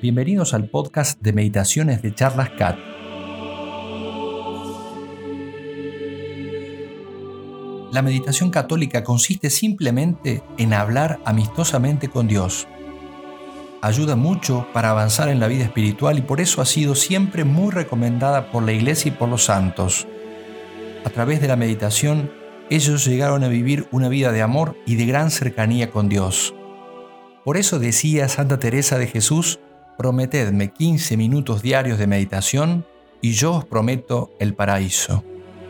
Bienvenidos al podcast de Meditaciones de Charlas CAT. La meditación católica consiste simplemente en hablar amistosamente con Dios. Ayuda mucho para avanzar en la vida espiritual y por eso ha sido siempre muy recomendada por la Iglesia y por los santos. A través de la meditación, ellos llegaron a vivir una vida de amor y de gran cercanía con Dios. Por eso decía Santa Teresa de Jesús: prometedme 15 minutos diarios de meditación y yo os prometo el paraíso.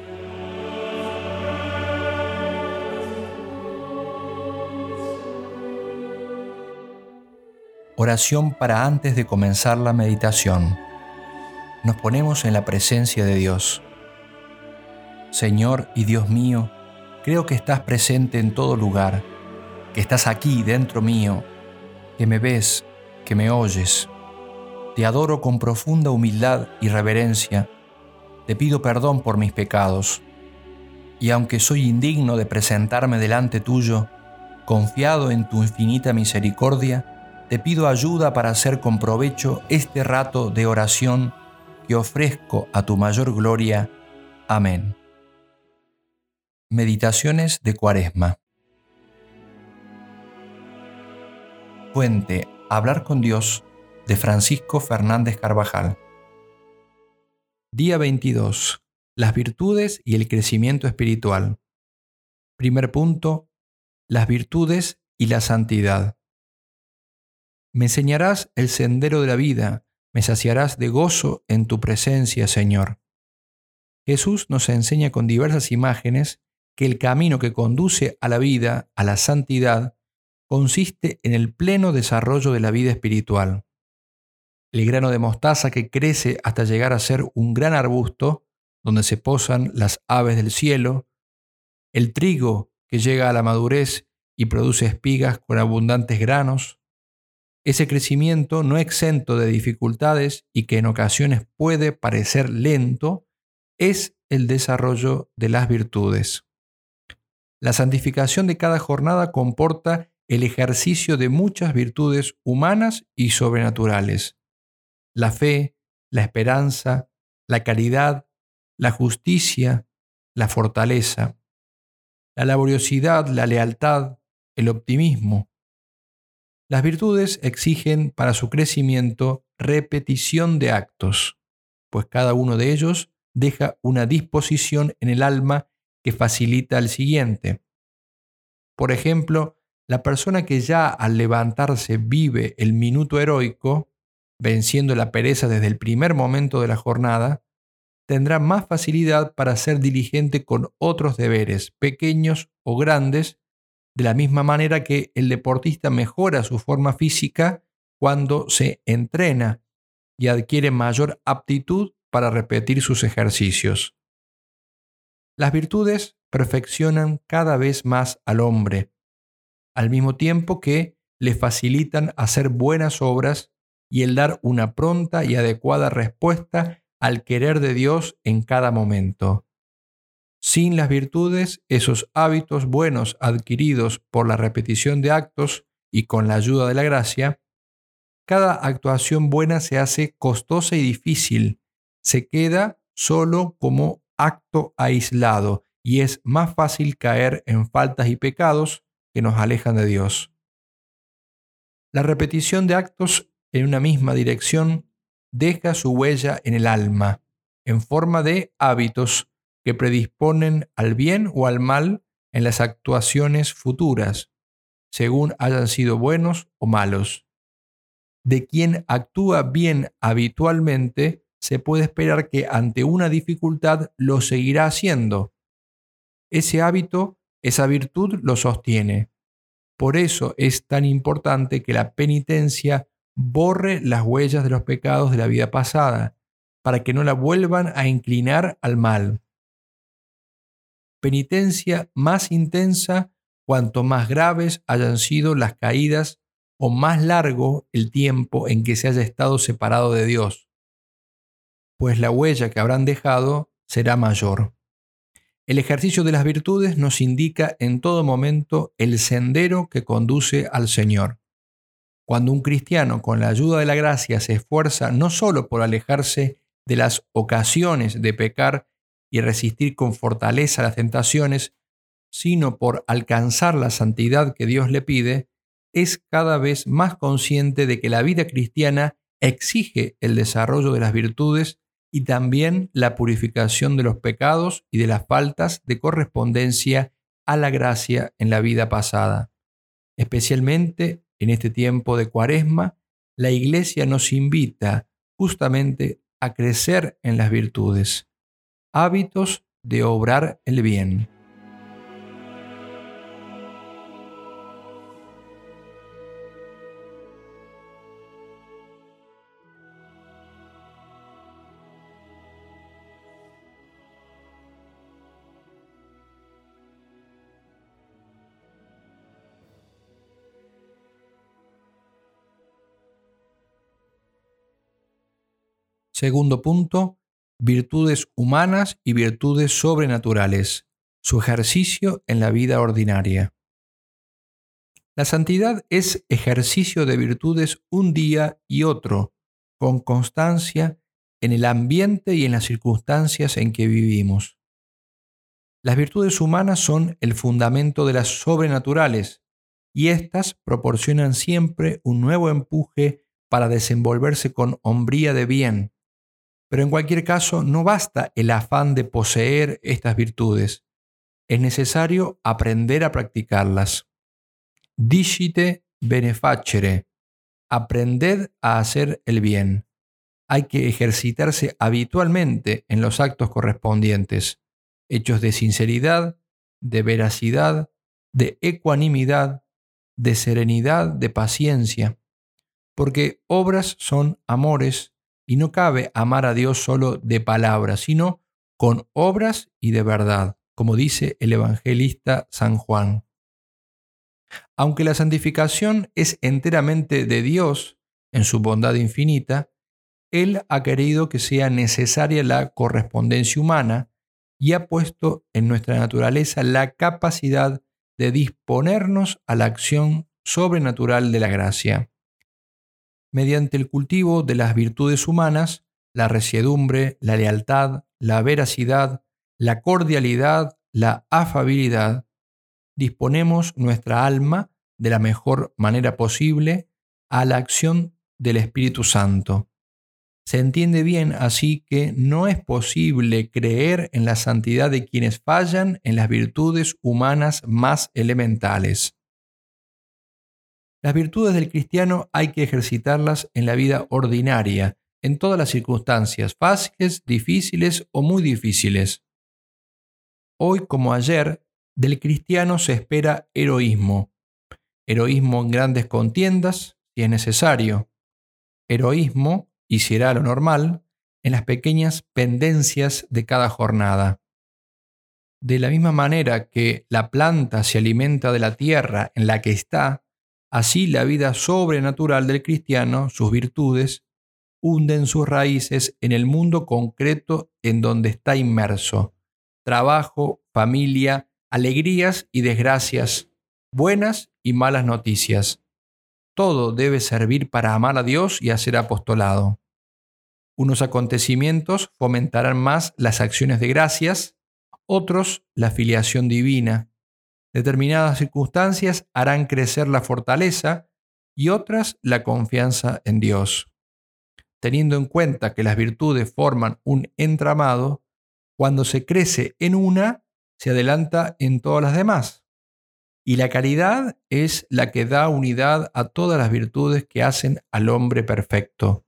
Oración para antes de comenzar la meditación. Nos ponemos en la presencia de Dios. Señor y Dios mío, creo que estás presente en todo lugar, que estás aquí dentro mío, que me ves, que me oyes. Te adoro con profunda humildad y reverencia. Te pido perdón por mis pecados. Y aunque soy indigno de presentarme delante tuyo, confiado en tu infinita misericordia, te pido ayuda para hacer con provecho este rato de oración que ofrezco a tu mayor gloria. Amén. Meditaciones de Cuaresma. Fuente: Hablar con Dios, de Francisco Fernández Carvajal. Día 22. Las virtudes y el crecimiento espiritual. Primer punto: las virtudes y la santidad. Me enseñarás el sendero de la vida, me saciarás de gozo en tu presencia, Señor. Jesús nos enseña con diversas imágenes que el camino que conduce a la vida, a la santidad, consiste en el pleno desarrollo de la vida espiritual. El grano de mostaza que crece hasta llegar a ser un gran arbusto, donde se posan las aves del cielo, el trigo que llega a la madurez y produce espigas con abundantes granos. Ese crecimiento no exento de dificultades y que en ocasiones puede parecer lento, es el desarrollo de las virtudes. La santificación de cada jornada comporta el ejercicio de muchas virtudes humanas y sobrenaturales: la fe, la esperanza, la caridad, la justicia, la fortaleza, la laboriosidad, la lealtad, el optimismo. Las virtudes exigen para su crecimiento repetición de actos, pues cada uno de ellos deja una disposición en el alma que facilita el siguiente. Por ejemplo, la persona que ya al levantarse vive el minuto heroico, venciendo la pereza desde el primer momento de la jornada, tendrá más facilidad para ser diligente con otros deberes, pequeños o grandes, de la misma manera que el deportista mejora su forma física cuando se entrena y adquiere mayor aptitud para repetir sus ejercicios. Las virtudes perfeccionan cada vez más al hombre, al mismo tiempo que le facilitan hacer buenas obras y el dar una pronta y adecuada respuesta al querer de Dios en cada momento. Sin las virtudes, esos hábitos buenos adquiridos por la repetición de actos y con la ayuda de la gracia, cada actuación buena se hace costosa y difícil, se queda solo como acto aislado y es más fácil caer en faltas y pecados que nos alejan de Dios. La repetición de actos en una misma dirección deja su huella en el alma, en forma de hábitos que predisponen al bien o al mal en las actuaciones futuras, según hayan sido buenos o malos. De quien actúa bien habitualmente, se puede esperar que ante una dificultad lo seguirá haciendo. Ese hábito, esa virtud lo sostiene. Por eso es tan importante que la penitencia borre las huellas de los pecados de la vida pasada, para que no la vuelvan a inclinar al mal. Penitencia más intensa cuanto más graves hayan sido las caídas o más largo el tiempo en que se haya estado separado de Dios, pues la huella que habrán dejado será mayor. El ejercicio de las virtudes nos indica en todo momento el sendero que conduce al Señor. Cuando un cristiano con la ayuda de la gracia se esfuerza no solo por alejarse de las ocasiones de pecar y resistir con fortaleza las tentaciones, sino por alcanzar la santidad que Dios le pide, es cada vez más consciente de que la vida cristiana exige el desarrollo de las virtudes y también la purificación de los pecados y de las faltas de correspondencia a la gracia en la vida pasada. Especialmente en este tiempo de Cuaresma, la Iglesia nos invita justamente a crecer en las virtudes, hábitos de obrar el bien. Segundo punto, virtudes humanas y virtudes sobrenaturales, su ejercicio en la vida ordinaria. La santidad es ejercicio de virtudes un día y otro, con constancia en el ambiente y en las circunstancias en que vivimos. Las virtudes humanas son el fundamento de las sobrenaturales, y éstas proporcionan siempre un nuevo empuje para desenvolverse con hombría de bien. Pero en cualquier caso, no basta el afán de poseer estas virtudes. Es necesario aprender a practicarlas. Dicite benefacere. Aprended a hacer el bien. Hay que ejercitarse habitualmente en los actos correspondientes, hechos de sinceridad, de veracidad, de ecuanimidad, de serenidad, de paciencia, porque obras son amores y no cabe amar a Dios solo de palabras, sino con obras y de verdad, como dice el evangelista San Juan. Aunque la santificación es enteramente de Dios en su bondad infinita, Él ha querido que sea necesaria la correspondencia humana y ha puesto en nuestra naturaleza la capacidad de disponernos a la acción sobrenatural de la gracia. Mediante el cultivo de las virtudes humanas, la resiedumbre, la lealtad, la veracidad, la cordialidad, la afabilidad, disponemos nuestra alma de la mejor manera posible a la acción del Espíritu Santo. Se entiende bien así que no es posible creer en la santidad de quienes fallan en las virtudes humanas más elementales. Las virtudes del cristiano hay que ejercitarlas en la vida ordinaria, en todas las circunstancias, fáciles, difíciles o muy difíciles. Hoy como ayer, del cristiano se espera heroísmo. Heroísmo en grandes contiendas, si es necesario. Heroísmo, y será lo normal, en las pequeñas pendencias de cada jornada. De la misma manera que la planta se alimenta de la tierra en la que está, así la vida sobrenatural del cristiano, sus virtudes, hunden sus raíces en el mundo concreto en donde está inmerso. Trabajo, familia, alegrías y desgracias, buenas y malas noticias. Todo debe servir para amar a Dios y hacer apostolado. Unos acontecimientos fomentarán más las acciones de gracias, otros la filiación divina. Determinadas circunstancias harán crecer la fortaleza y otras la confianza en Dios. Teniendo en cuenta que las virtudes forman un entramado, cuando se crece en una, se adelanta en todas las demás. Y la caridad es la que da unidad a todas las virtudes que hacen al hombre perfecto.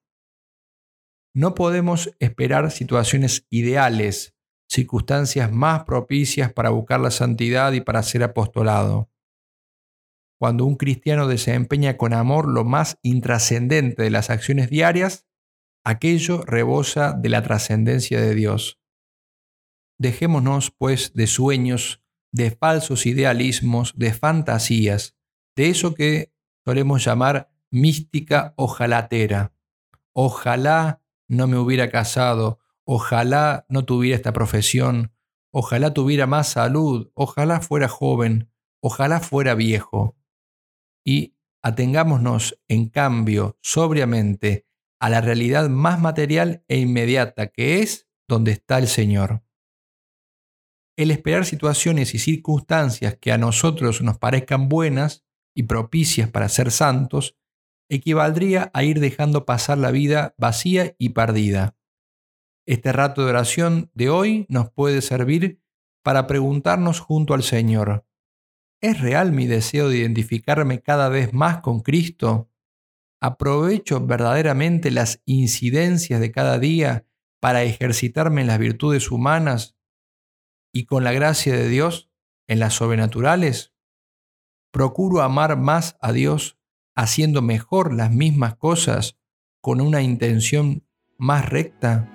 No podemos esperar situaciones ideales, circunstancias más propicias para buscar la santidad y para hacer apostolado. Cuando un cristiano desempeña con amor lo más intrascendente de las acciones diarias, aquello rebosa de la trascendencia de Dios. Dejémonos, pues, de sueños, de falsos idealismos, de fantasías, de eso que solemos llamar mística ojalatera. Ojalá no me hubiera casado, ojalá no tuviera esta profesión, ojalá tuviera más salud, ojalá fuera joven, ojalá fuera viejo. Y Atengámonos, en cambio, sobriamente a la realidad más material e inmediata, que es donde está el Señor. El esperar situaciones y circunstancias que a nosotros nos parezcan buenas y propicias para ser santos, equivaldría a ir dejando pasar la vida vacía y perdida. Este rato de oración de hoy nos puede servir para preguntarnos junto al Señor: ¿es real mi deseo de identificarme cada vez más con Cristo? ¿Aprovecho verdaderamente las incidencias de cada día para ejercitarme en las virtudes humanas y con la gracia de Dios en las sobrenaturales? ¿Procuro amar más a Dios haciendo mejor las mismas cosas con una intención más recta?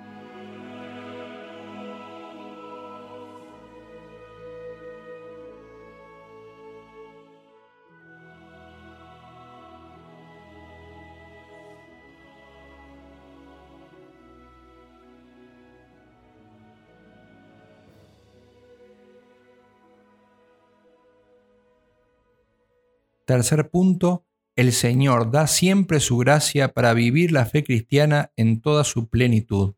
Tercer punto, el Señor da siempre su gracia para vivir la fe cristiana en toda su plenitud.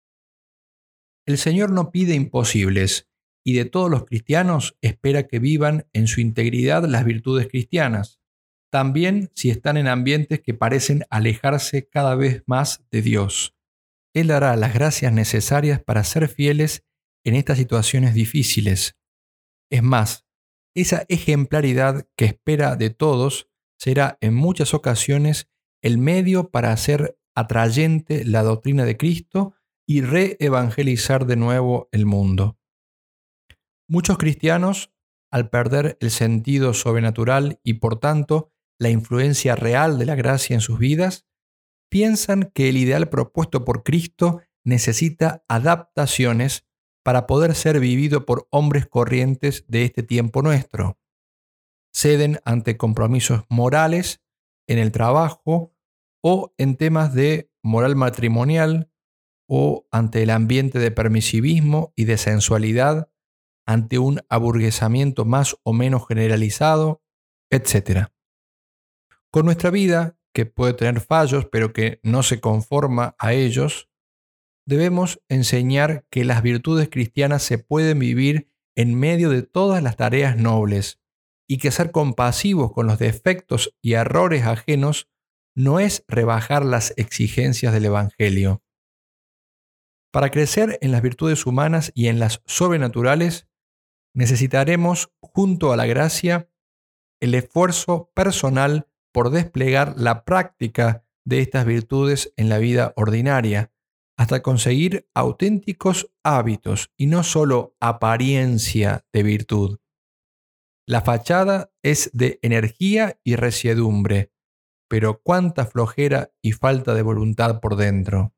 El Señor no pide imposibles y de todos los cristianos espera que vivan en su integridad las virtudes cristianas, también si están en ambientes que parecen alejarse cada vez más de Dios. Él dará las gracias necesarias para ser fieles en estas situaciones difíciles. Es más, esa ejemplaridad que espera de todos será en muchas ocasiones el medio para hacer atrayente la doctrina de Cristo y reevangelizar de nuevo el mundo. Muchos cristianos, al perder el sentido sobrenatural y por tanto la influencia real de la gracia en sus vidas, piensan que el ideal propuesto por Cristo necesita adaptaciones para poder ser vivido por hombres corrientes de este tiempo nuestro. Ceden ante compromisos morales en el trabajo o en temas de moral matrimonial o ante el ambiente de permisivismo y de sensualidad, ante un aburguesamiento más o menos generalizado, etc. Con nuestra vida, que puede tener fallos pero que no se conforma a ellos, debemos enseñar que las virtudes cristianas se pueden vivir en medio de todas las tareas nobles y que ser compasivos con los defectos y errores ajenos no es rebajar las exigencias del Evangelio. Para crecer en las virtudes humanas y en las sobrenaturales, necesitaremos, junto a la gracia, el esfuerzo personal por desplegar la práctica de estas virtudes en la vida ordinaria, hasta conseguir auténticos hábitos y no solo apariencia de virtud. La fachada es de energía y resiedumbre, pero cuánta flojera y falta de voluntad por dentro.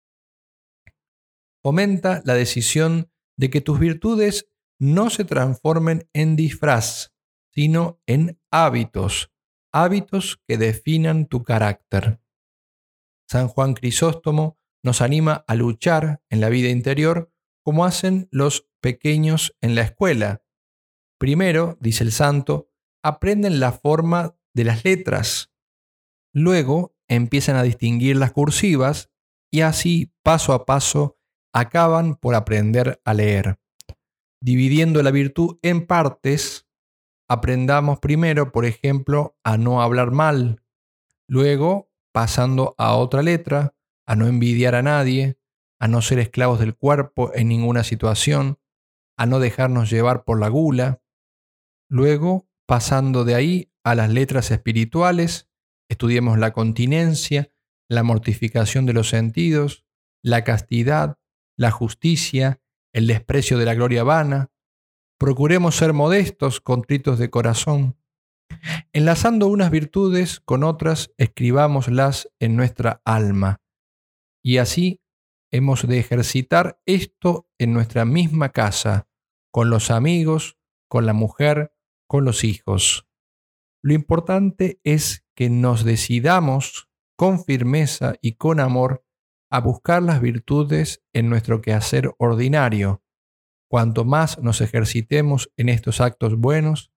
Fomenta la decisión de que tus virtudes no se transformen en disfraz, sino en hábitos, hábitos que definan tu carácter. San Juan Crisóstomo nos anima a luchar en la vida interior como hacen los pequeños en la escuela. Primero, dice el santo, aprenden la forma de las letras. Luego empiezan a distinguir las cursivas y así, paso a paso, acaban por aprender a leer. Dividiendo la virtud en partes, aprendamos primero, por ejemplo, a no hablar mal. Luego, pasando a otra letra, a no envidiar a nadie, a no ser esclavos del cuerpo en ninguna situación, a no dejarnos llevar por la gula. Luego, pasando de ahí a las letras espirituales, estudiemos la continencia, la mortificación de los sentidos, la castidad, la justicia, el desprecio de la gloria vana. Procuremos ser modestos, contritos de corazón. Enlazando unas virtudes con otras, escribámoslas en nuestra alma. Y así hemos de ejercitar esto en nuestra misma casa, con los amigos, con la mujer, con los hijos. Lo importante es que nos decidamos con firmeza y con amor a buscar las virtudes en nuestro quehacer ordinario. Cuanto más nos ejercitemos en estos actos buenos,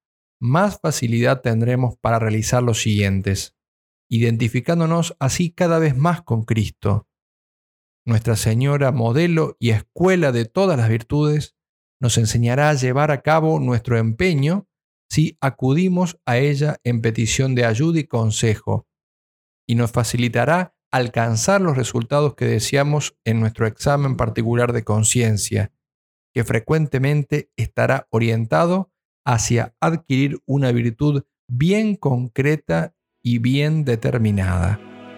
más facilidad tendremos para realizar los siguientes, identificándonos así cada vez más con Cristo. Nuestra Señora, modelo y escuela de todas las virtudes, nos enseñará a llevar a cabo nuestro empeño si acudimos a ella en petición de ayuda y consejo, y nos facilitará alcanzar los resultados que deseamos en nuestro examen particular de conciencia, que frecuentemente estará orientado hacia adquirir una virtud bien concreta y bien determinada.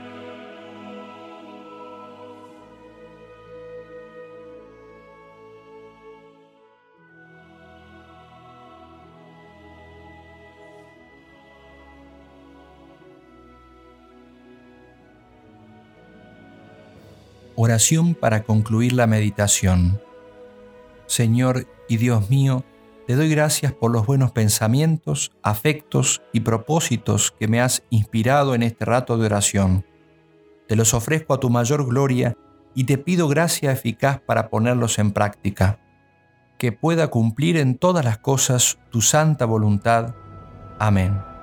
Oración para concluir la meditación. Señor y Dios mío, te doy gracias por los buenos pensamientos, afectos y propósitos que me has inspirado en este rato de oración. Te los ofrezco a tu mayor gloria y te pido gracia eficaz para ponerlos en práctica, que pueda cumplir en todas las cosas tu santa voluntad. Amén.